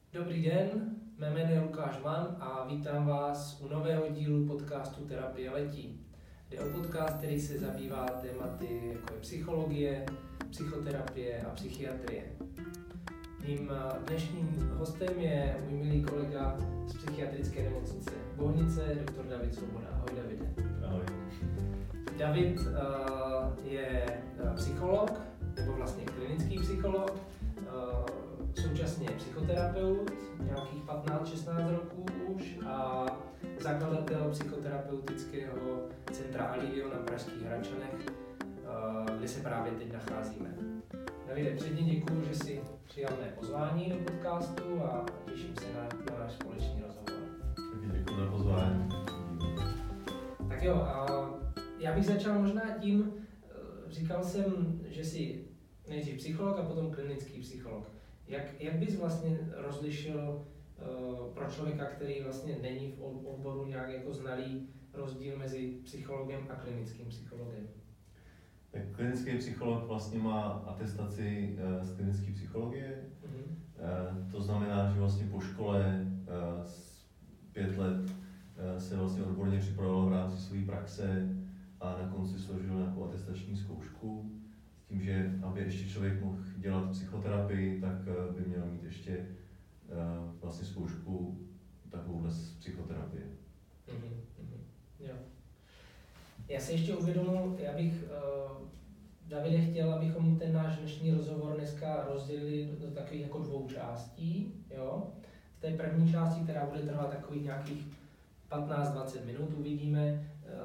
Dobrý den, mé jméno je Lukáš Mann a vítám vás u nového dílu podcastu Terapie letí. Jde o podcast, který se zabývá tématy jako je psychologie, psychoterapie a psychiatrie. Mým dnešním hostem je můj milý kolega z psychiatrické nemocnice Bohnice, doktor David Svoboda. Ahoj Davide. Ahoj. David je psycholog, nebo vlastně klinický psycholog, současně psychoterapeut, nějakých 15-16 roků už a zakladatel psychoterapeutického centra Alivio na pražských Hradčanech, kde se právě teď nacházíme. Davide, předně děkuju, že jsi přijal mé pozvání do podcastu a těším se na náš společný rozhovor. Taky děkuji za pozvání. Tak jo, já bych začal možná tím, říkal jsem, že jsi nejdřív psycholog a potom klinický psycholog. Jak bys vlastně rozlišil pro člověka, který vlastně není v oboru nějak jako znalý, rozdíl mezi psychologem a klinickým psychologem? Tak klinický psycholog vlastně má atestaci z klinické psychologie. To znamená, že vlastně po škole 5 let se vlastně odborně připravoval v rámci své praxe a na konci složil nějakou atestační zkoušku. S tím, že aby ještě člověk mohl dělat psychoterapii, tak by měl mít ještě vlastně zkoušku takovou z psychoterapie. Jo. Já se ještě uvědomil, já bych Davide chtěl, abychom ten náš dnešní rozhovor dneska rozdělili do takových jako 2 částí. Jo? V té první části, která bude trvat takových nějakých 15-20 minut, uvidíme,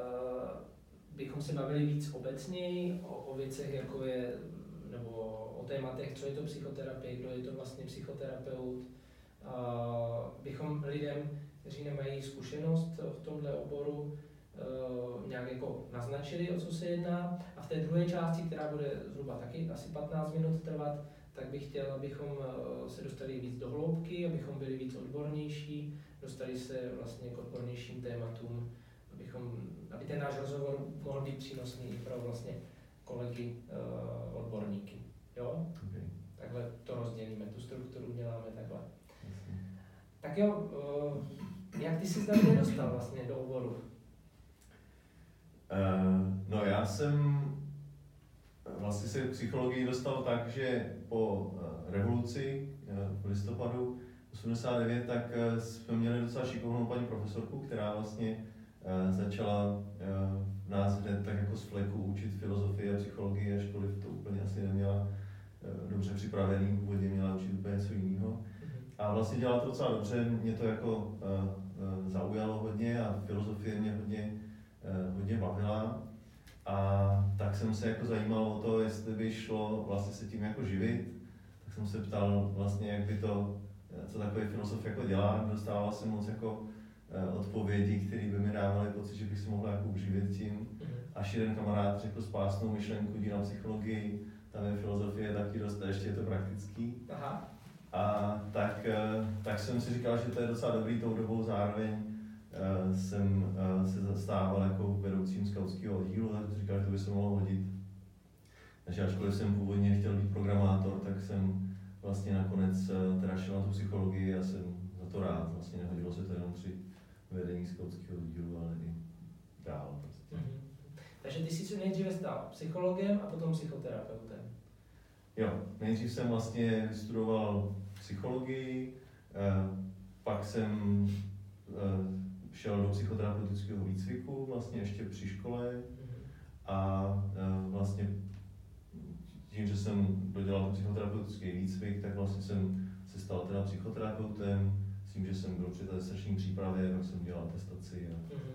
bychom se bavili víc obecněji o věcech, jako je, nebo o tématech, co je to psychoterapie, kdo je to vlastně psychoterapeut. Bychom lidem, kteří nemají zkušenost v tomhle oboru, nějak jako naznačili, o co se jedná. A v té druhé části, která bude zhruba taky asi 15 minut trvat, tak bych chtěl, abychom se dostali víc do hloubky, abychom byli víc odbornější, dostali se vlastně k odbornějším tématům, aby ten náš rozhovor mohl být přínosný i pro vlastně kolegy odborníky. Jo? Okay. Takhle to rozdělíme, tu strukturu uděláme takhle. Tak jo, jak ty jsi tam dostal vlastně do oboru? No já jsem vlastně se k psychologii dostal tak, že po revoluci v listopadu 89, tak jsme měli docela šikovnou paní profesorku, která vlastně začala nás hned tak jako z fleku učit filozofii a psychologii, ačkoliv to úplně asi neměla dobře připravený, původně měla učit úplně něco jiného. A vlastně dělala to docela dobře, mě to jako zaujalo hodně a filozofie mě hodně bavila. A tak jsem se jako zajímal o to, jestli by šlo vlastně se tím jako živit. Tak jsem se ptal vlastně, jak by to, co takový filozof jako dělá. Dostával jsem moc jako odpovědi, které by mi dávaly pocit, že bych se mohl jako uživit tím. Až jeden kamarád řekl spásnou myšlenku, jdi na psychologii, tam je filozofie taky dost, a ještě je to praktický. Aha. A tak jsem si říkal, že to je docela dobrý tou dobou, zároveň jsem se zastával jako vedoucím skautského oddílu, tak jsem říkal, že to by se mohlo hodit. Takže ačkoliv jsem původně chtěl být programátor, tak jsem vlastně nakonec teda šel na tu psychologii a jsem za to rád. Vlastně nehodilo se to jenom při vedení skautského oddílu, ale i dál. Prostě. Takže ty jsi se nejdříve stal psychologem a potom psychoterapeutem. Jo, nejdřív jsem vlastně vystudoval psychologii, pak jsem šel do psychoterapeutického výcviku, vlastně ještě při škole a vlastně tím, že jsem dodělal psychoterapeutický výcvik, tak vlastně jsem se stal teda psychoterapeutem, s tím, že jsem byl při atestační přípravě, tak jsem dělal atestaci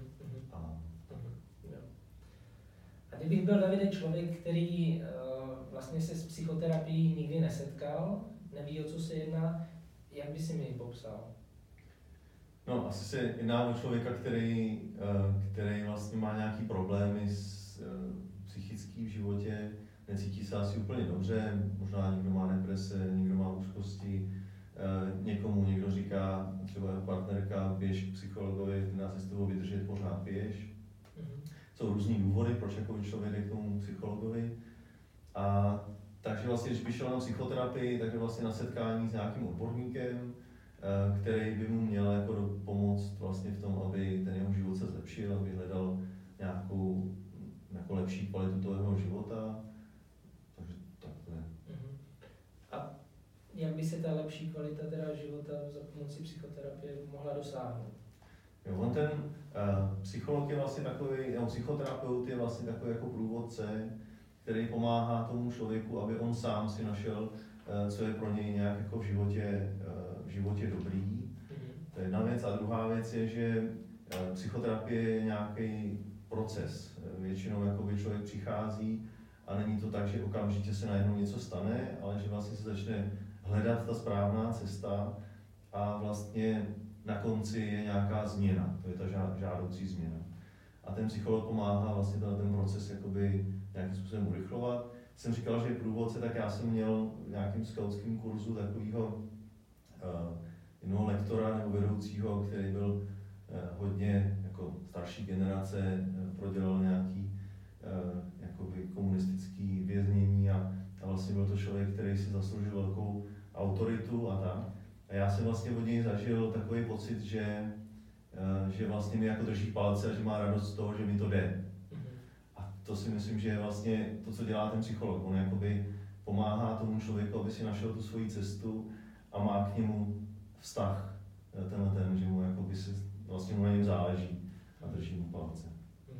A kdybych byl, Davide, člověk, který vlastně se s psychoterapií nikdy nesetkal, neví, o co se jedná, jak by si mi ji popsal? No, asi se jedná o člověka, který vlastně má nějaký problémy psychický v životě, necítí se asi úplně dobře, možná někdo má deprese, někdo má úzkosti, někomu někdo říká, třeba jeho partnerka, běž k psychologovi, dá se s tebou vydržet, pořád běž. Jsou různý důvody, proč jako člověk jde k tomu psychologovi. A takže vlastně, když by šel na psychoterapii, tak je vlastně na setkání s nějakým odborníkem, který by mu měl jako pomoct vlastně v tom, aby ten jeho život se zlepšil, aby hledal nějakou jako lepší kvalitu toho jeho života. Takže takhle. A jak by se ta lepší kvalita teda života za pomocí psychoterapie mohla dosáhnout? Jo, on ten psycholog je vlastně takový, nebo psychoterapeut je vlastně takový jako průvodce, který pomáhá tomu člověku, aby on sám si našel, co je pro něj nějak jako v životě dobrý. To je jedna věc. A druhá věc je, že psychoterapie je nějaký proces. Většinou jakoby člověk přichází a není to tak, že okamžitě se najednou něco stane, ale že vlastně se začne hledat ta správná cesta a vlastně na konci je nějaká změna, to je ta žádoucí změna. A ten psycholog pomáhá vlastně ten proces jakoby nějakým způsobem urychlovat. Jsem říkal, že je průvodce, tak já jsem měl v nějakým skautském kurzu takového jednoho lektora nebo vedoucího, který byl hodně jako starší generace, prodělal nějaký jakoby komunistický věznění a vlastně byl to člověk, který si zasloužil velkou autoritu a tak. A já jsem vlastně od něj zažil takový pocit, že vlastně mi jako drží palce a že má radost z toho, že mi to jde. A to si myslím, že je vlastně to, co dělá ten psycholog. On jakoby pomáhá tomu člověku, aby si našel tu svoji cestu a má k němu vztah, že mu jakoby se, vlastně mu na něm záleží a drží mu palce.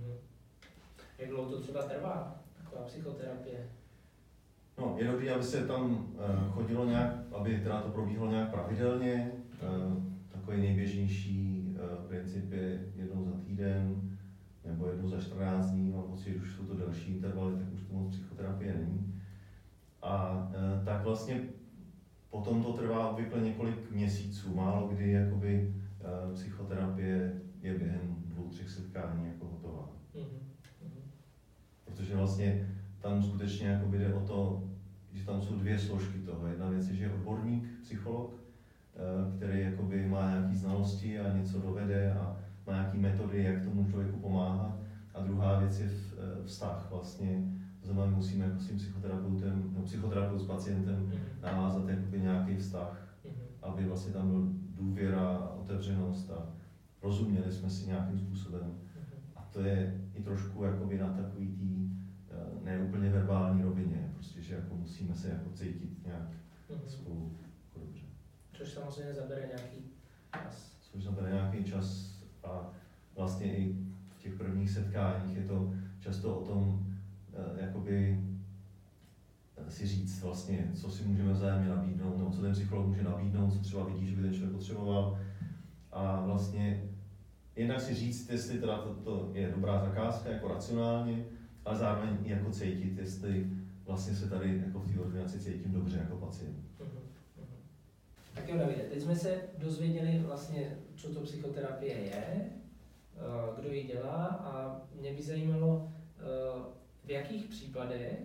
Jak dlouho to třeba trvá, taková psychoterapie? No, je dobré, aby se tam chodilo nějak, aby teda to probíhalo nějak pravidelně. Takový nejběžnější princip je jednou za týden nebo jednou za 14 dní. Mám pocit, že už jsou to delší intervaly, tak už to moc psychoterapie není. A tak vlastně potom to trvá obvykle několik měsíců. Málo kdy jakoby psychoterapie je během 2-3 setkání jako hotová. Protože vlastně tam skutečně jakoby jde o to, že tam jsou dvě složky toho. Jedna věc je, že je odborník, psycholog, který jakoby má nějaké znalosti a něco dovede a má nějaké metody, jak tomu člověku pomáhat. A druhá věc je vztah vlastně. To znamená, musíme jako s tím psychoterapeutem, nebo psychoterapeut s pacientem navázat jakoby nějaký vztah, aby vlastně tam byl důvěra a otevřenost a rozuměli jsme si nějakým způsobem. A to je i trošku jakoby na takový tý ne úplně verbální rovině, prostě, že jako musíme se jako cítit nějak spolu jako dobře. Což samozřejmě zabere nějaký čas. A vlastně i v těch prvních setkáních je to často o tom, jakoby si říct vlastně, co si můžeme vzájemně nabídnout, nebo co ten psycholog může nabídnout, co třeba vidí, že by ten člověk potřeboval. A vlastně jednak si říct, jestli teda to je dobrá zakázka, jako racionálně, ale zároveň i jako cítit, jestli vlastně se tady jako v té ordinaci cítím dobře jako pacient. Tak jo, Davide, teď jsme se dozvěděli vlastně, co to psychoterapie je, kdo ji dělá a mě by zajímalo, v jakých případech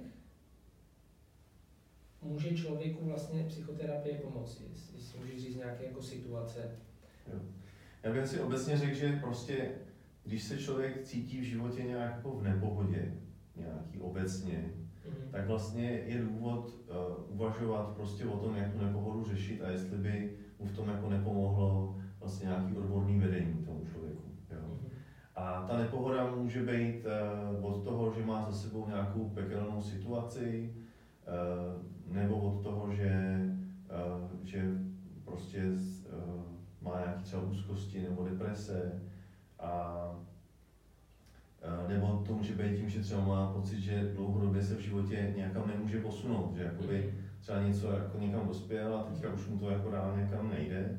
může člověku vlastně psychoterapie pomoci, jestli můžeš říct nějaké jako situace. Jo. Já bych si obecně řekl, že prostě, když se člověk cítí v životě nějak jako v nepohodě, nějaký obecně, tak vlastně je důvod uvažovat prostě o tom, jak tu nepohodu řešit a jestli by mu v tom jako nepomohlo vlastně nějaký odborný vedení tomu člověku. Jo. A ta nepohoda může být od toho, že má za sebou nějakou pekelnou situaci, nebo od toho, že prostě má nějaké třeba úzkosti nebo deprese, nebo to může být tím, že třeba má pocit, že dlouhodobě se v životě nějakam nemůže posunout, že jakoby třeba něco jako někam dospěl a teďka už mu to jako dál někam nejde.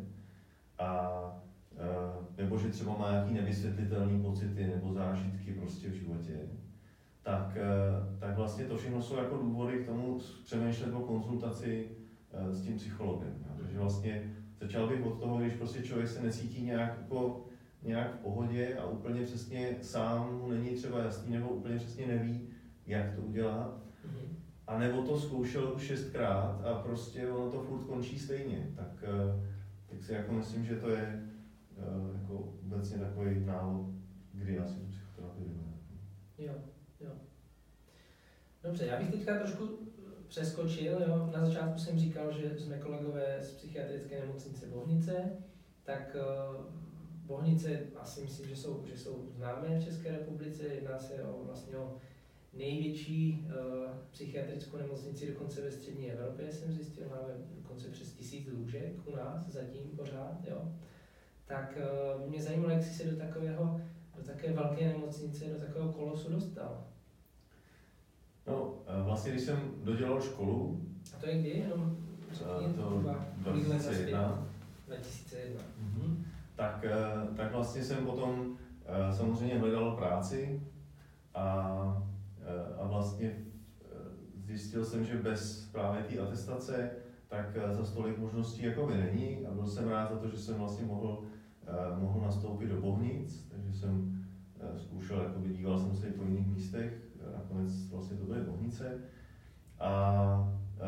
Nebo že třeba má nějaký nevysvětlitelný pocity nebo zážitky prostě v životě. Tak vlastně to všechno jsou jako důvody k tomu přemýšlet o konzultaci s tím psychologem. Takže vlastně začal bych od toho, když prostě člověk se necítí nějak v pohodě a úplně přesně sám mu není třeba jasný nebo úplně přesně neví, jak to udělat. A nebo to zkoušel už 6krát a prostě ono to furt končí stejně. Tak si jako myslím, že to je jako obecně takový návod, kdy asi tu psychoterapii dělá. Jo. Dobře, já bych teďka trošku přeskočil, jo. Na začátku jsem říkal, že jsme kolegové z psychiatrické nemocnice Bohnice, tak Bohnice asi myslím, že jsou známé v České republice. Jedná se vlastně o největší psychiatrickou nemocnici dokonce ve střední Evropě, jsem zjistil, máme dokonce přes 1000 lůžek u nás zatím pořád, jo. Tak mě zajímalo, jak jsi se do takové velké nemocnice, do takového kolosu dostal. No, vlastně když jsem dodělal školu... A to je kdy? Jenom to 2001. 2001. Tak vlastně jsem potom samozřejmě hledal práci a vlastně zjistil jsem, že bez právě té atestace tak za tolik možností jakoby není a byl jsem rád za to, že jsem vlastně mohl nastoupit do Bohnic, takže jsem zkoušel, jakoby díval jsem se i po jiných místech, nakonec vlastně to byly Bohnice a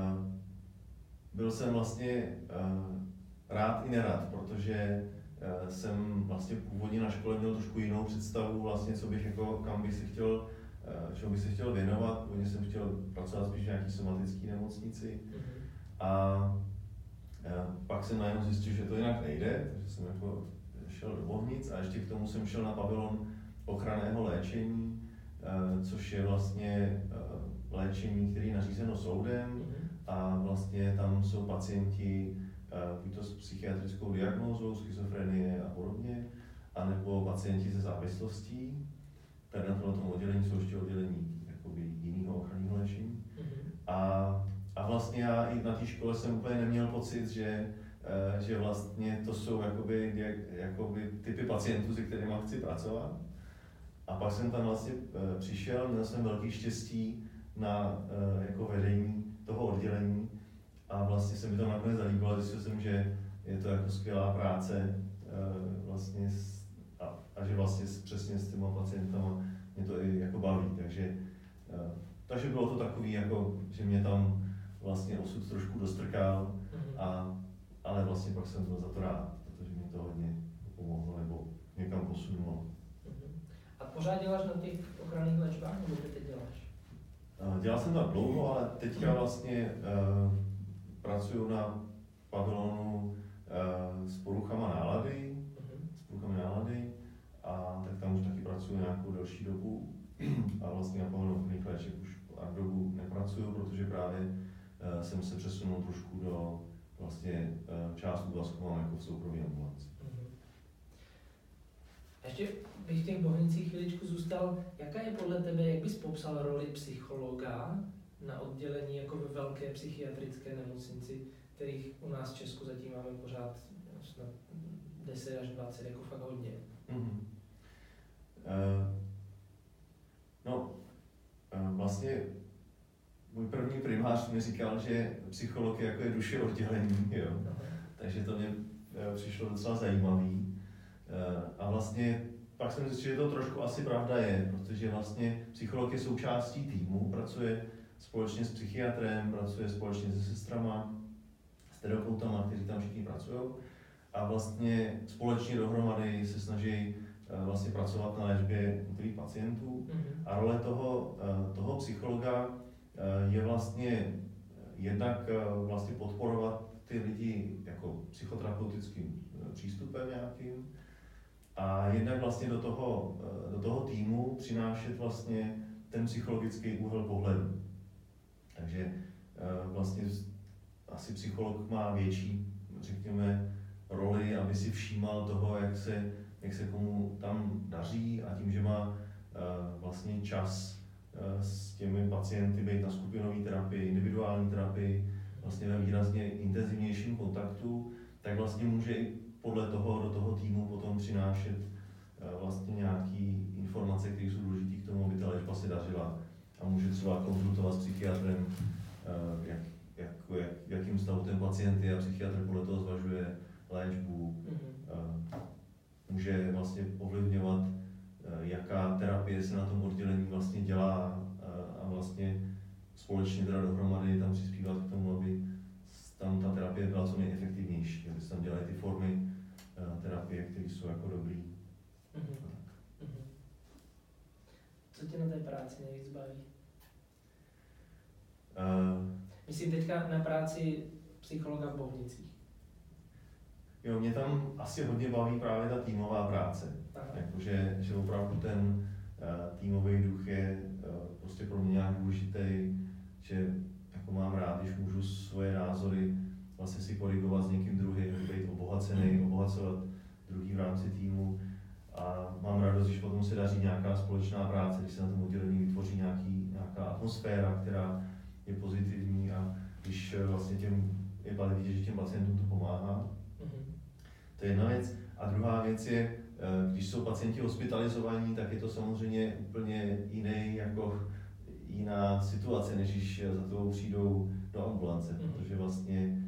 byl jsem vlastně rád i nerad, protože jsem vlastně původně na škole měl trošku jinou představu vlastně, co bych jako, čemu bych se chtěl věnovat. Původně jsem chtěl pracovat spíš v nějaký somatický nemocnici a pak jsem najednou zjistil, že to jinak nejde, takže jsem jako šel do Bohnic a ještě k tomu jsem šel na pavilon ochranného léčení, což je vlastně léčení, který je nařízeno soudem a vlastně tam jsou pacienti buď to s psychiatrickou diagnózou, schizofrenie a podobně, anebo pacienti se závislostí. Tady na tom oddělení jsou ještě oddělení jakoby jiného ochranného léčení. A vlastně já i na té škole jsem úplně neměl pocit, že vlastně to jsou jakoby typy pacientů, se kterými chci pracovat. A pak jsem tam vlastně přišel, měl jsem velký štěstí na jako vedení toho oddělení a vlastně se mi to nakonec zalíbilo, zjistil jsem, že je to jako skvělá práce vlastně a že vlastně přesně s těma pacientama mě to i jako baví, takže bylo to takový, jako, že mě tam vlastně osud trošku dostrkal, ale vlastně pak jsem byl za to rád, protože mě to hodně pomohlo nebo někam posunulo. A pořád děláš na těch ochranných léčbách, nebo ty teď děláš? Dělal jsem tam dlouho, ale teďka vlastně pracuju na pavilonu s poruchama nálady, a tak tam už taky pracuju nějakou delší dobu a vlastně na pavilonu ochranných léček už dobu nepracuju, protože právě jsem se přesunul trošku do vlastně část úvazku mám jako v soukromé ambulanci. Ještě bych v těch Bohnicích chviličku zůstal. Jaká je podle tebe, jak bys popsal roli psychologa na oddělení jako ve velké psychiatrické nemocnici, kterých u nás v Česku zatím máme pořád snad 10 až 20, jako fakt hodně? Vlastně můj první primář mi říkal, že psycholog je jako duše oddělení, jo. Takže to mě přišlo docela zajímavý. A vlastně pak jsem zjistil, že to trošku asi pravda je, protože vlastně psycholog je součástí týmu, pracuje společně s psychiatrem, pracuje společně se sestrama, s terapeutama, kteří tam všichni pracují a vlastně společně dohromady se snaží vlastně pracovat na léčbě jednotlivých pacientů. A role toho psychologa je vlastně jednak vlastně podporovat ty lidi jako psychoterapeutickým přístupem nějakým a jednak vlastně do toho týmu přinášet vlastně ten psychologický úhel pohledu. Takže vlastně asi psycholog má větší, řekněme, roli, aby si všímal toho, jak se komu tam daří a tím, že má vlastně čas s těmi pacienty být na skupinové terapii, individuální terapii, vlastně ve výrazně intenzivnějším kontaktu, tak vlastně může i podle toho do toho týmu potom přinášet vlastně nějaké informace, které jsou důležité k tomu, aby ta léčba se dařila. A může třeba konzultovat s psychiatrem, jakým stavu ten pacient je a psychiatr podle toho zvažuje léčbu. Může vlastně ovlivňovat, jaká terapie se na tom oddělení vlastně dělá a vlastně společně teda dohromady tam přispívat k tomu, aby tam ta terapie byla co nejefektivnější, aby se tam dělaly ty formy terapie, které jsou jako dobrý. Co tě na té práci nejvíc baví? Myslím teďka na práci psychologa v Bohnicích. Jo, mě tam asi hodně baví právě ta týmová práce. Jakože, že opravdu ten týmový duch je prostě pro mě nějak důležitý, že jako mám rád, když můžu svoje názory vlastně si korigovat s někým druhým, být obohacený, obohacovat druhý v rámci týmu. A mám radost, když potom se daří nějaká společná práce, když se na tom oddělení vytvoří nějaká atmosféra, která je pozitivní a když vlastně je vidět, že těm pacientům to pomáhá. To je jedna věc. A druhá věc je, když jsou pacienti hospitalizovaní, tak je to samozřejmě úplně jiná situace, než když za to přijdou do ambulance, protože vlastně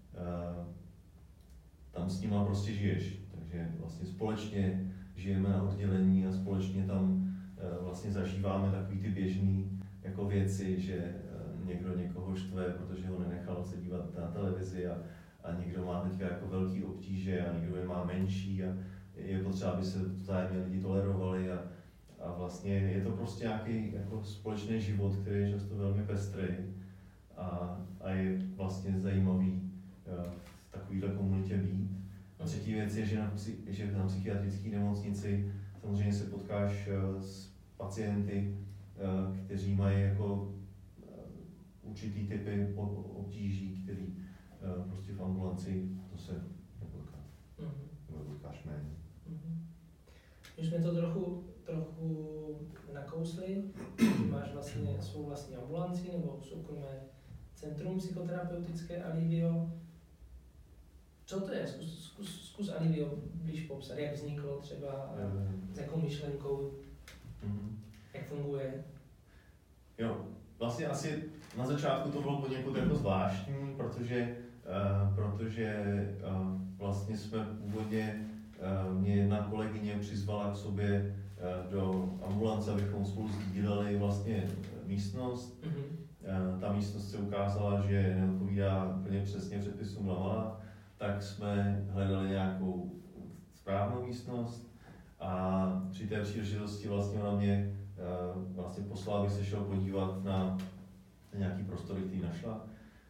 tam s nima prostě žiješ. Takže vlastně společně žijeme na oddělení a společně tam vlastně zažíváme takový ty běžný jako věci, že někdo někoho štve, protože ho nenechal se dívat na televizi a někdo má teďka jako velký obtíže a někdo je má menší a je potřeba, aby se vzájemně lidi tolerovali a vlastně je to prostě nějaký jako společný život, který je často velmi pestrý a je vlastně zajímavý v takovéhle komunitě být. A třetí věc je, že na psychiatrické nemocnici samozřejmě se potkáš s pacienty, kteří mají jako určitý typy obtíží, který prostě v ambulanci to se nepotkáš méně. Už jsme to trochu nakousli, máš vlastně svou vlastní ambulanci nebo soukromé centrum psychoterapeutické Alivio. Co to je? Zkus Alivio blíž popsat, jak vzniklo třeba, s jakou myšlenkou, jak funguje. Jo, vlastně asi na začátku to bylo poněkud jako zvláštní, protože vlastně jsme původně, mě jedna kolegyně přizvala k sobě do ambulance, abychom spolu sdíleli vlastně místnost. Ta místnost se ukázala, že neodpovídá úplně přesně předpisům LAMA, tak jsme hledali nějakou správnou místnost a při té příležitosti vlastně ona mě vlastně poslala, aby se šel podívat na nějaký prostory, který našla.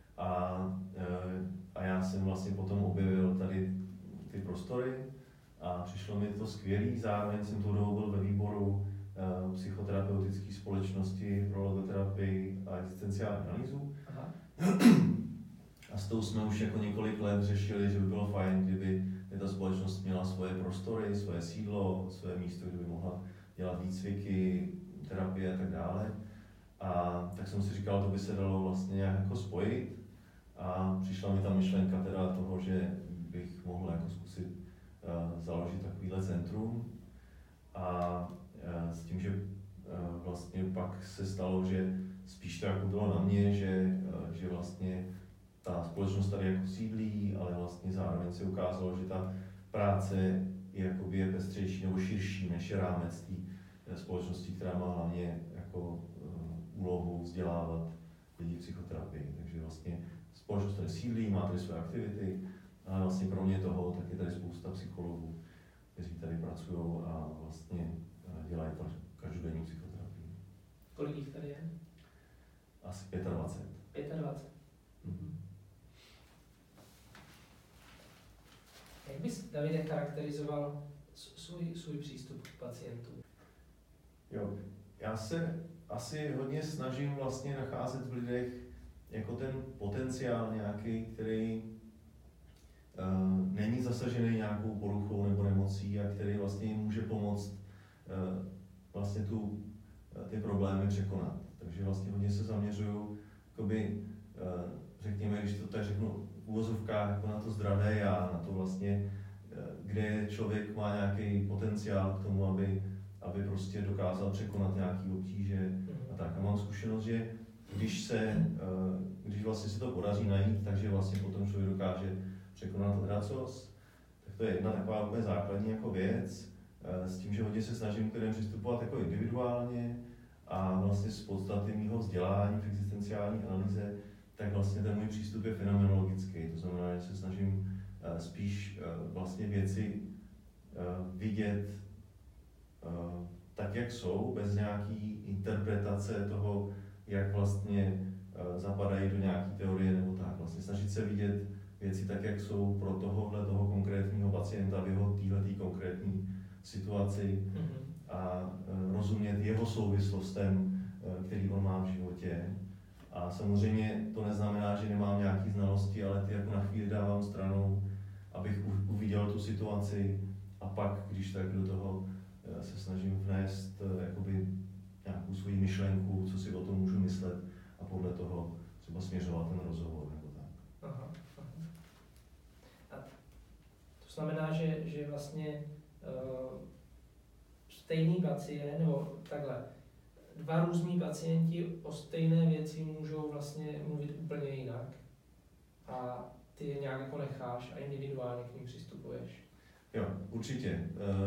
A já jsem vlastně potom objevil tady ty prostory a přišlo mi to skvělý. Zároveň jsem tou dobou byl ve výboru psychoterapeutické společnosti pro logoterapii a existenciální analýzu. A s tou jsme už jako několik let řešili, že by bylo fajn, kdyby ta společnost měla svoje prostory, svoje sídlo, své místo, kde by mohla dělat výcviky, terapie a tak dále. A tak jsem si říkal, to by se dalo vlastně nějak jako spojit. A přišla mi ta myšlenka teda toho, že bych mohl jako zkusit založit takovýhle centrum. A s tím, že vlastně pak se stalo, že spíš to jako bylo na mě, že vlastně ta společnost tady jako sídlí, ale vlastně zároveň se ukázalo, že ta práce je pestřejší nebo širší než je rámec té společnosti, která má hlavně jako úlohu vzdělávat lidi v psychoterapii. Takže vlastně společnost tady sídlí, má tady své aktivity, ale vlastně kromě toho tak je tady spousta psychologů, kteří tady pracují a vlastně dělají každodenní psychoterapii. Kolik jich tady je? Asi 25. 25. Jak bys, Davide, charakterizoval svůj přístup k pacientům? Jo, já se asi hodně snažím vlastně nacházet v lidech jako ten potenciál nějaký, který není zasažený nějakou poruchou nebo nemocí a který vlastně jim může pomoct vlastně ty problémy překonat. Takže vlastně hodně se zaměřuju, jakoby, řekněme, když to tak řeknu v uvozovkách, jako na to zdravé já, na to vlastně, kde člověk má nějaký potenciál k tomu, aby prostě dokázal překonat nějaké obtíže a tak. A mám zkušenost, že když vlastně se to podaří najít, takže vlastně potom člověk dokáže překonat ledacos, tak to je jedna taková úplně základní jako věc, s tím, že hodně se snažím k lidem přistupovat jako individuálně a vlastně z podstaty mýho vzdělání v existenciální analýze, tak vlastně ten můj přístup je fenomenologický. To znamená, že se snažím spíš vlastně věci vidět tak, jak jsou, bez nějaký interpretace toho, jak vlastně zapadají do nějaké teorie nebo tak. Vlastně snažit se vidět věci tak, jak jsou pro toho konkrétního pacienta v jeho téhletý konkrétní situaci a rozumět jeho souvislostem, který on má v životě. A samozřejmě to neznamená, že nemám nějaké znalosti, ale ty jako na chvíli dávám stranou, abych uviděl tu situaci a pak, když tak do toho se snažím vnést jakoby nějakou svoji myšlenku, co si o tom můžu myslet a podle toho třeba směřovat ten rozhovor nebo tak. Aha. A to znamená, že vlastně stejný pacient, nebo takhle, dva různí pacienti o stejné věci můžou vlastně mluvit úplně jinak a ty je nějak jako necháš a individuálně k ním přistupuješ. Jo, určitě.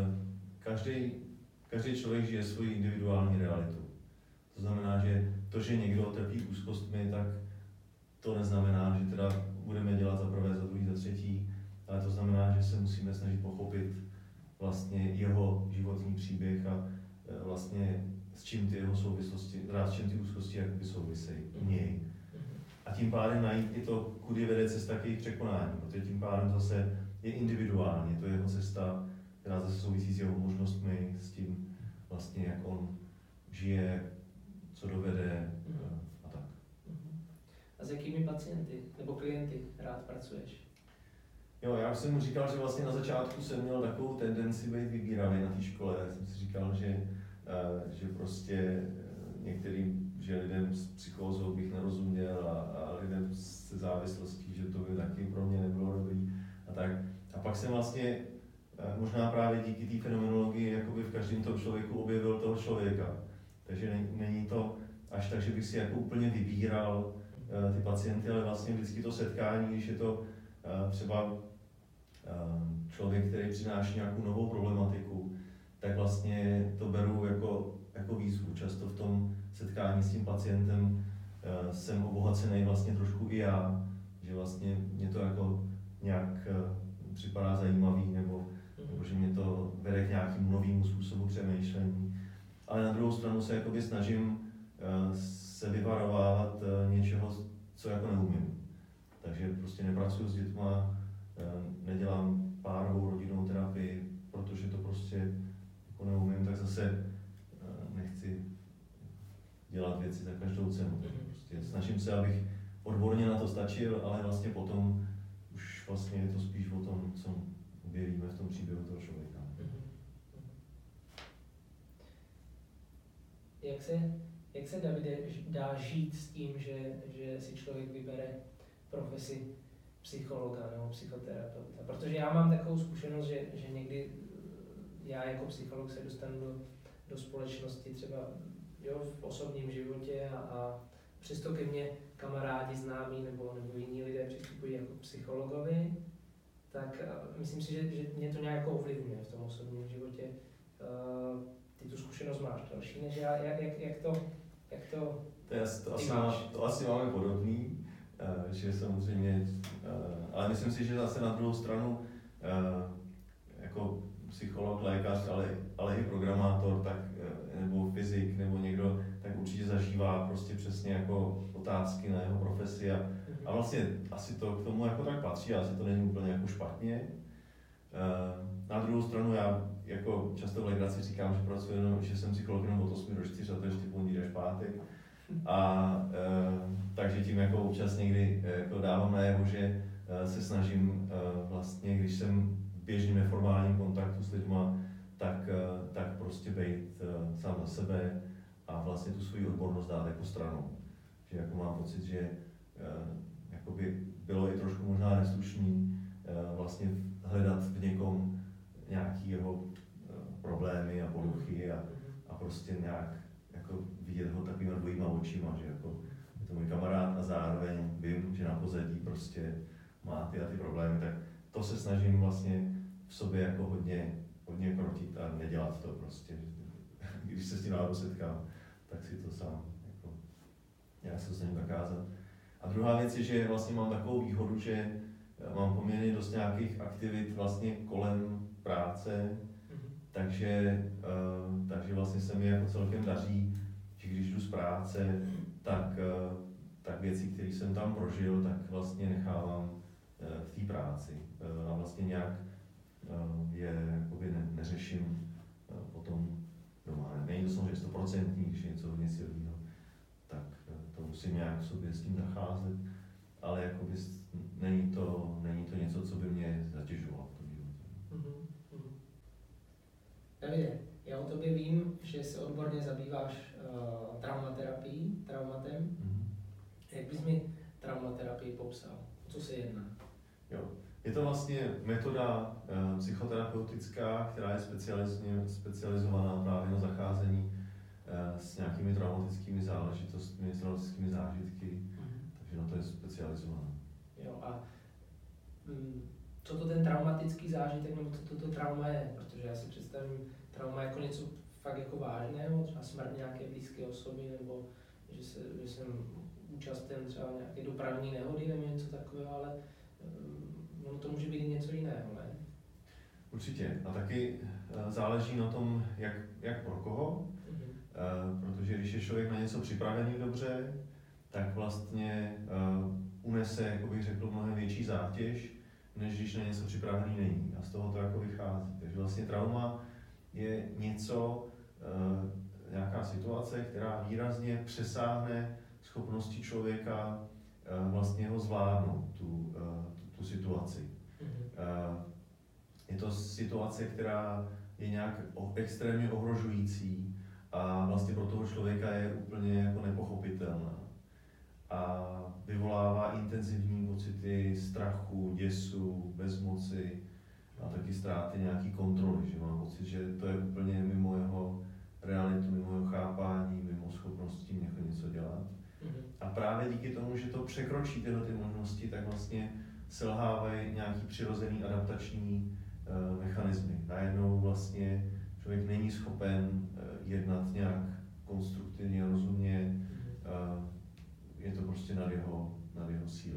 Každý člověk žije svoji individuální realitu. To znamená, že to, že někdo trpí úzkostmi, tak to neznamená, že teda budeme dělat za prvé, za druhý, za třetí, ale to znamená, že se musíme snažit pochopit vlastně jeho životní příběh a vlastně s čím ty jeho souvislosti, s čím ty úzkosti jakoby souvisejí u něj. A tím pádem najít i to, kudy vede cesta k jejich překonání, protože tím pádem zase je individuální, to je jeho cesta, která zase souvisí s jeho možnostmi, s tím vlastně, jak on žije, co dovede a tak. A s jakými pacienty nebo klienty rád pracuješ? Jo, já už jsem mu říkal, že vlastně na začátku jsem měl takovou tendenci být vybíravý na té škole, tak jsem si říkal, že prostě některým, že lidem s psychózou bych nerozuměl a lidem se závislostí, že to by taky pro mě nebylo dobrý a tak. A pak jsem vlastně možná právě díky té fenomenologii jakoby v každém tom člověku objevil toho člověka. Takže není to až tak, že bych si jako úplně vybíral ty pacienty, ale vlastně vždycky to setkání, když je to třeba člověk, který přináší nějakou novou problematiku, tak vlastně to beru jako výzvu. Často v tom setkání s tím pacientem jsem obohacený vlastně trošku i já, že vlastně mě to jako nějak připadá zajímavý, nebo že mě to vede k nějakému novému způsobu přemýšlení. Ale na druhou stranu se jakoby snažím se vyvarovávat něčeho, co jako neumím. Takže prostě nepracuji s dětma, nedělám párovou rodinnou terapii, protože to prostě jako neumím, tak zase nechci dělat věci za každou cenu. Prostě snažím se, abych odborně na to stačil, ale vlastně potom už vlastně je to spíš o tom, co objevíme v tom příběhu toho člověka. Jak se, Davide, dá žít s tím, že si člověk vybere profesi psychologa nebo psychoterapeuta? Protože já mám takovou zkušenost, že někdy já jako psycholog se dostanu do společnosti třeba v osobním životě a přesto ke mně kamarádi, známí nebo jiní lidé přistupují jako psychologovi, tak myslím si, že mě to nějak ovlivňuje v tom osobním životě. Ty tu zkušenost máš další než já, jak to to asi máme podobný, že samozřejmě, ale myslím si, že zase na druhou stranu jako psycholog, lékař, ale i programátor, tak, nebo fyzik, nebo někdo, tak určitě zažívá prostě přesně jako otázky na jeho profesi a vlastně asi to k tomu jako tak patří, asi to není úplně jako špatně. Na druhou stranu já jako často v legraci říkám, že pracuji jenom, že jsem psycholog jenom od 8 do 4 a to ještě pondělí až pátek. Takže tím jako občas někdy jako dávám najevo, že se snažím vlastně, když jsem v běžným neformálním kontaktu s lidma, tak prostě být sám za sebe a vlastně tu svoji odbornost dát jako stranou. Že jako mám pocit, že jakoby bylo i trošku možná neslušný vlastně hledat v někom nějaký jeho problémy a poruchy a prostě nějak jako vidět ho takovýma dvojíma očima, že jako je to můj kamarád a zároveň vím, že na pozadí prostě má ty a ty problémy, tak to se snažím vlastně v sobě jako hodně krotit a nedělat to prostě. Když se s tím náhodou setkám, tak si to sám jako nějak se to snažím zakázat. A druhá věc je, že vlastně mám takovou výhodu, že mám poměrně dost nějakých aktivit vlastně kolem práce, takže vlastně se mi jako celkem daří, že když jdu z práce, tak tak věci, které jsem tam prožil, tak vlastně nechávám v té práci a vlastně nějak je jakoby neřeším potom doma. Není to samozřejmě 100%, když je něco hodně silného, tak to musím nějak v sobě s tím zacházet, ale jakoby není to něco, co by mě zatěžovalo v tom životě. Davide, já o tobě vím, že se odborně zabýváš traumaterapií, traumatem. Jak bys mi traumaterapii popsal? O co se jedná? Jo. Je to vlastně metoda psychoterapeutická, která je specializovaná právě na zacházení s nějakými traumatickými záležitostmi, s traumatickými zážitky, takže na to je specializovaná. Jo, a co to ten traumatický zážitek, nebo co to trauma je? Protože já si představím trauma jako něco fakt jako vážného, třeba smrt nějaké blízké osoby, nebo že jsem účasten třeba nějaké dopravní nehody nebo něco takového, ale ono to může být něco jiného, ne? Určitě. A taky záleží na tom, jak pro koho, protože když je člověk na něco připravený dobře, tak vlastně unese, jako bych řekl, mnohem větší zátěž, než když na něco připravený není. A z toho to jako vychází. Takže vlastně trauma je něco, nějaká situace, která výrazně přesáhne schopnosti člověka vlastně ho zvládnout, tu situaci. Je to situace, která je nějak extrémně ohrožující a vlastně pro toho člověka je úplně jako nepochopitelná. A vyvolává intenzivní pocity strachu, děsu, bezmoci a taky ztráty nějaký kontroly, že mám pocit, že to je úplně mimo jeho realitu, mimo jeho chápání, mimo schopnost s tím něco dělat. A právě díky tomu, že to překročí tyhle ty možnosti, tak vlastně selhávají nějaký přirozený adaptační mechanismy. Najednou vlastně člověk není schopen jednat nějak konstruktivně, rozumně, je to prostě nad jeho síly.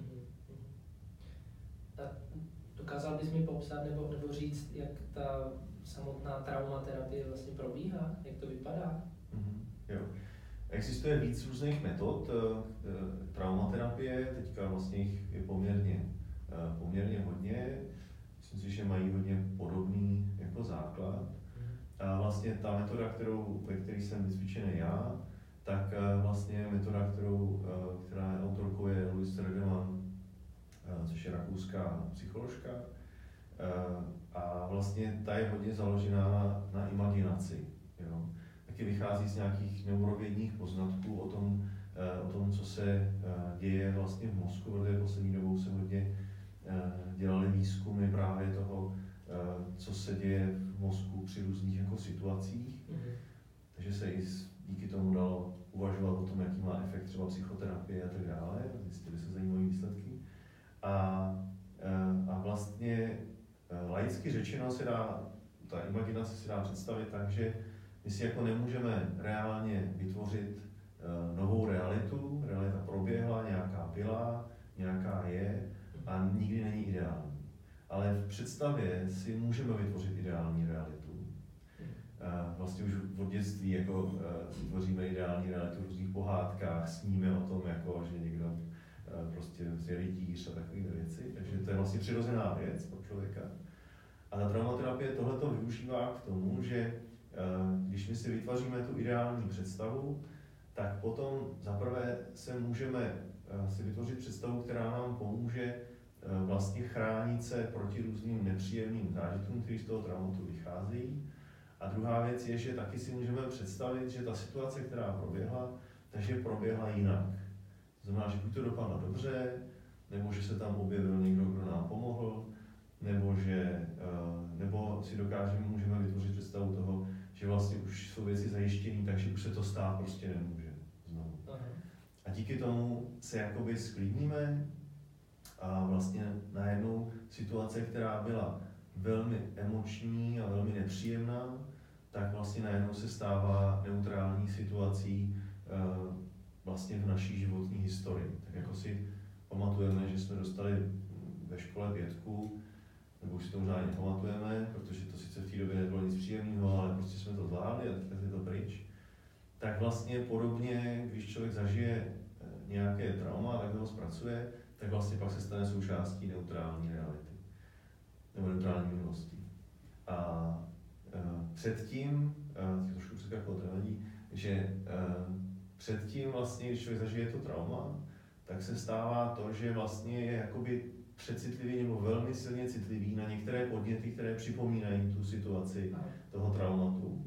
Dokázal bys mi popsat nebo říct, jak ta samotná traumaterapie vlastně probíhá, jak to vypadá? Jo. Existuje víc různých metod traumaterapie, teďka vlastně jich je poměrně hodně. Myslím si, že mají hodně podobný jako základ. A vlastně ta metoda, ve které jsem vycvičený já, tak vlastně je metoda, která je autorkou je Louise Rederman, což je rakouská psycholožka. A vlastně ta je hodně založená na imaginaci. Jo. Taky vychází z nějakých neurovědních poznatků o tom, co se děje vlastně v mozku, protože poslední dobou se hodně dělali výzkumy právě toho, co se děje v mozku při různých jako situacích. Takže se i díky tomu dalo uvažovat o tom, jaký má efekt třeba psychoterapie a tak dále. Zjistili se zajímavé výsledky. A vlastně laicky řečeno ta imaginace se dá představit tak, že my si jako nemůžeme reálně vytvořit novou realitu. Realita proběhla, nějaká byla, nějaká je a nikdy není ideální. Ale v představě si můžeme vytvořit ideální realitu. Vlastně už od dětství jako si tvoříme ideální realitu v různých pohádkách, sníme o tom, jako, že někdo prostě je rytíř a takové věci. Takže to je vlastně přirozená věc pro člověka. A ta traumaterapie tohleto využívá k tomu, že když my si vytvoříme tu ideální představu, tak potom zaprvé se můžeme si vytvořit představu, která nám pomůže vlastně chránit se proti různým nepříjemným zážitkům, které z toho traumatu vycházejí. A druhá věc je, že taky si můžeme představit, že ta situace, která proběhla, takže proběhla jinak. To znamená, že buď to dopadlo dobře, nebo že se tam objevil někdo, kdo nám pomohl, nebo si můžeme vytvořit představu toho, že vlastně už jsou věci zajištěné, takže už se to stát prostě nemůže znovu. A díky tomu se jakoby sklidníme a vlastně najednou situace, která byla velmi emoční a velmi nepříjemná, tak vlastně najednou se stává neutrální situací vlastně v naší životní historii. Tak jako si pamatujeme, že jsme dostali ve škole 5, nebo už si to možná ani nepamatujeme, protože to sice v té době nebylo nic příjemného, ale prostě jsme to zvládli a teďka je to pryč. Tak vlastně podobně, když člověk zažije nějaké trauma, tak ho zpracuje, tak vlastně pak se stane součástí neutrální reality. Nebo neutrální minulosti. A předtím, trošku překvapilo to nevadí, že předtím vlastně, když člověk zažije to trauma, tak se stává to, že vlastně je jakoby přecitlivý nebo velmi silně citlivý na některé podněty, které připomínají tu situaci toho traumatu.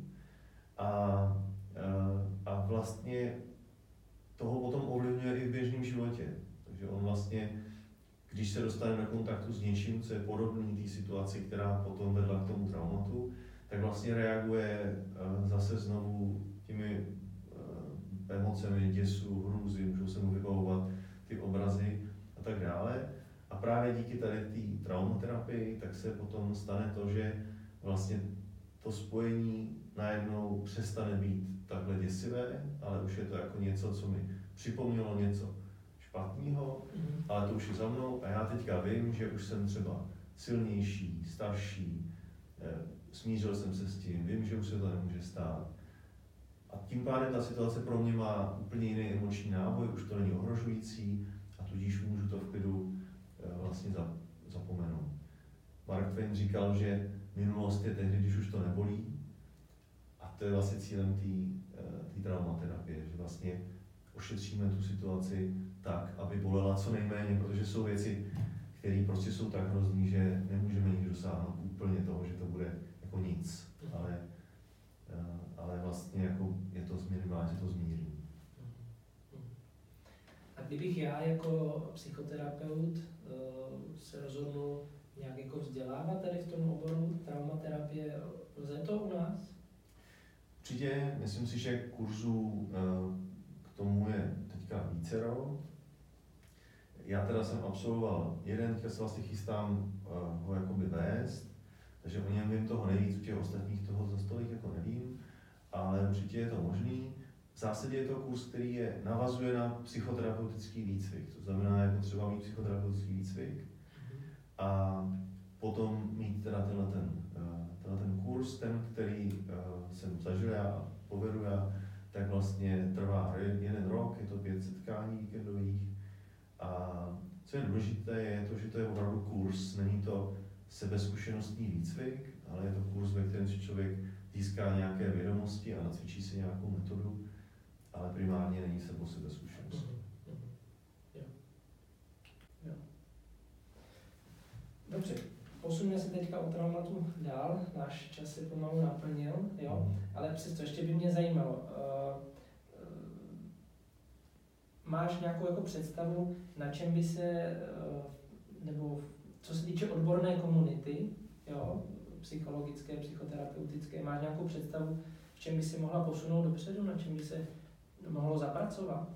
A vlastně toho potom ovlivňuje i v běžném životě. Takže on vlastně, když se dostane do kontaktu s něčím, co je podobný té situaci, která potom vedla k tomu traumatu, tak vlastně reaguje zase znovu těmi emocemi děsu, hrůzy, můžou se mu vybavovat ty obrazy a tak dále. A právě díky tady té traumaterapii tak se potom stane to, že vlastně to spojení najednou přestane být takhle děsivé, ale už je to jako něco, co mi připomnělo něco špatného, ale to už je za mnou a já teďka vím, že už jsem třeba silnější, starší, smířil jsem se s tím, vím, že už se to nemůže stát. A tím pádem ta situace pro mě má úplně jiný emoční náboj, už to není ohrožující a tudíž můžu to v klidu vlastně zapomenout. Mark Twain říkal, že minulost je tehdy, když už to nebolí, a to je vlastně cílem té traumaterapie, že vlastně ošetříme tu situaci tak, aby bolela co nejméně, protože jsou věci, které prostě jsou tak hrozný, že nemůžeme nikdy dosáhnout úplně toho, že to bude jako nic, ale vlastně jako je to minimálně to zmírní. A kdybych já jako psychoterapeut se rozhodnul nějak jako vzdělávat tady v tom oboru traumaterapie, lze to u nás? Určitě, myslím si, že kurzů k tomu je teďka vícero. Já teda jsem absolvoval jeden, teďka se vlastně chystám ho jakoby vést, takže o něm vím toho nejvíc, u těch ostatních toho za stolik jako nevím, ale určitě je to možný. V zásadě je to kurz, který navazuje na psychoterapeutický výcvik, to znamená, je potřeba mít psychoterapeutický výcvik a potom mít teda ten kurz, ten, který jsem zažil já a povedu já, tak vlastně trvá 1 rok, je to 5 setkání víkendových. A co je důležité, je to, že to je opravdu kurz, není to sebezkušenostní výcvik, ale je to kurz, ve kterém si člověk získá nějaké vědomosti a nacvičí si nějakou metodu, ale primárně není sebezkušenost. Dobře, posuneme se teďka o traumatu dál, náš čas se pomalu naplnil, jo? Ale přesto ještě by mě zajímalo, máš nějakou jako představu, na čem by se, nebo co se týče odborné komunity, jo, psychologické, psychoterapeutické, máš nějakou představu, v čem by se mohla posunout dopředu, na čem by se mohlo zapracovat?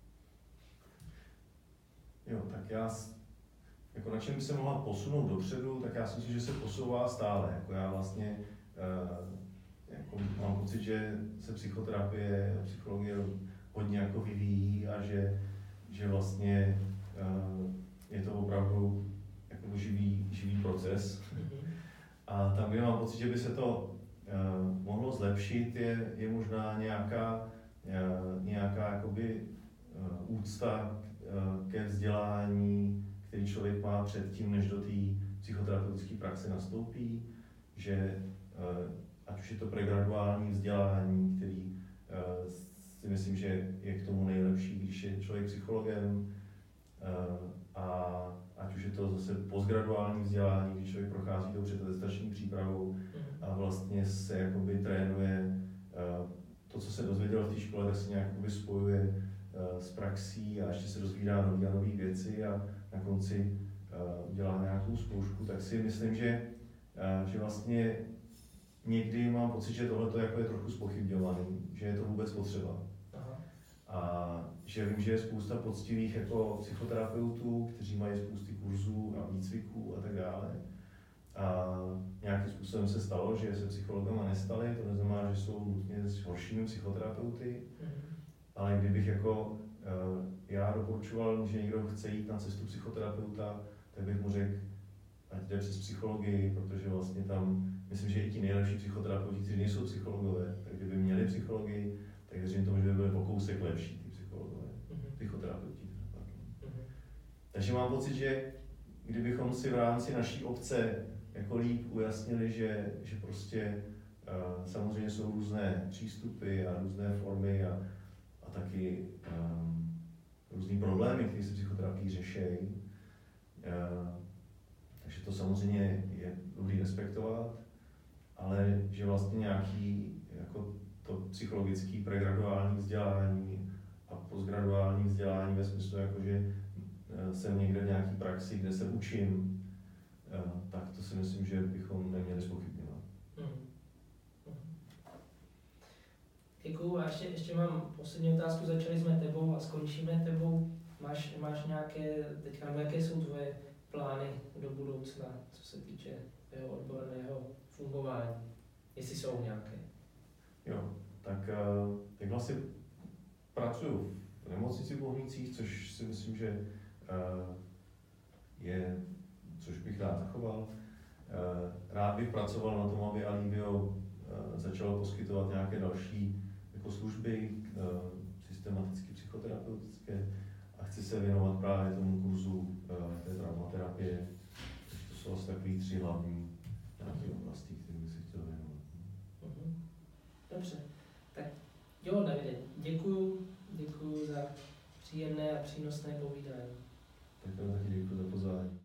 Jo, tak jako na čem by se mohla posunout dopředu, tak já si myslím, že se posouvá stále. Jako já vlastně jako mám pocit, že se psychoterapie a psychologie hodně jako vyvíjí a že vlastně je to opravdu jako živý proces. A tam, kde mám pocit, že by se to mohlo zlepšit, je možná nějaká jakoby úcta ke vzdělání, který člověk má předtím, než do té psychoterapeutické praxe nastoupí, že ať už je to pregraduální vzdělání, který si myslím, že je k tomu nejlepší, když je člověk psychologem, a ať už je to zase postgraduální vzdělání, když člověk prochází tou předatestační přípravou a vlastně se jakoby trénuje to, co se dozvěděl v té škole, tak se nějak jakoby spojuje s praxí a ještě se dozvídá nové věci a na konci udělá nějakou zkoušku, tak si myslím, že vlastně někdy mám pocit, že tohle jako je trochu zpochybňovaný, že je to vůbec potřeba. Aha. A že vím, že je spousta poctivých jako psychoterapeutů, kteří mají spousty kurzů a výcviků a tak dále. A nějakým způsobem se stalo, že se psychologama nestali, to neznamená, že jsou nutně s horšími psychoterapeuty, ale kdybych jako já doporučoval, že někdo chce jít na cestu psychoterapeuta, tak bych mu řekl, ať jde přes psychologii, protože vlastně tam, myslím, že i ti nejlepší psychoterapeuti, kteří nejsou psychologové, tak kdyby měli psychologii, tak věřím tomu, že by byli o kousek lepší ty psychologové. psychoterapeuti. Mhm. Takže mám pocit, že kdybychom si v rámci naší obce jako líp ujasnili, že prostě samozřejmě jsou různé přístupy a různé formy a taky různý problémy, které se psychoterapii řeší. Takže to samozřejmě je dobrý respektovat, ale že vlastně nějaký jako to psychologické pregraduální vzdělání a postgraduální vzdělání ve smyslu, jako že jsem někde v nějaký praxi, kde se učím, tak to si myslím, že bychom neměli zpochybňovat. Děkuju a ještě mám poslední otázku. Začali jsme tebou a skončíme tebou. Máš nějaké, teďka, nebo jaké jsou tvoje plány do budoucna, co se týče tvého odborného fungování? Jestli jsou nějaké. Jo, tak vlastně pracuji v nemocnici v Bohnicích, což si myslím, že což bych rád zachoval. Rád bych pracoval na tom, aby Alivio začalo poskytovat nějaké další jako služby, systematicky psychoterapeutické, a chci se věnovat právě tomu kurzu té traumaterapie. To jsou asi takový 3 hlavní nějaké oblasti, které bych se chtěl věnovat. Dobře, tak jo, Davide, děkuju za příjemné a přínosné povídání. Tak taky děkuji za pozvání.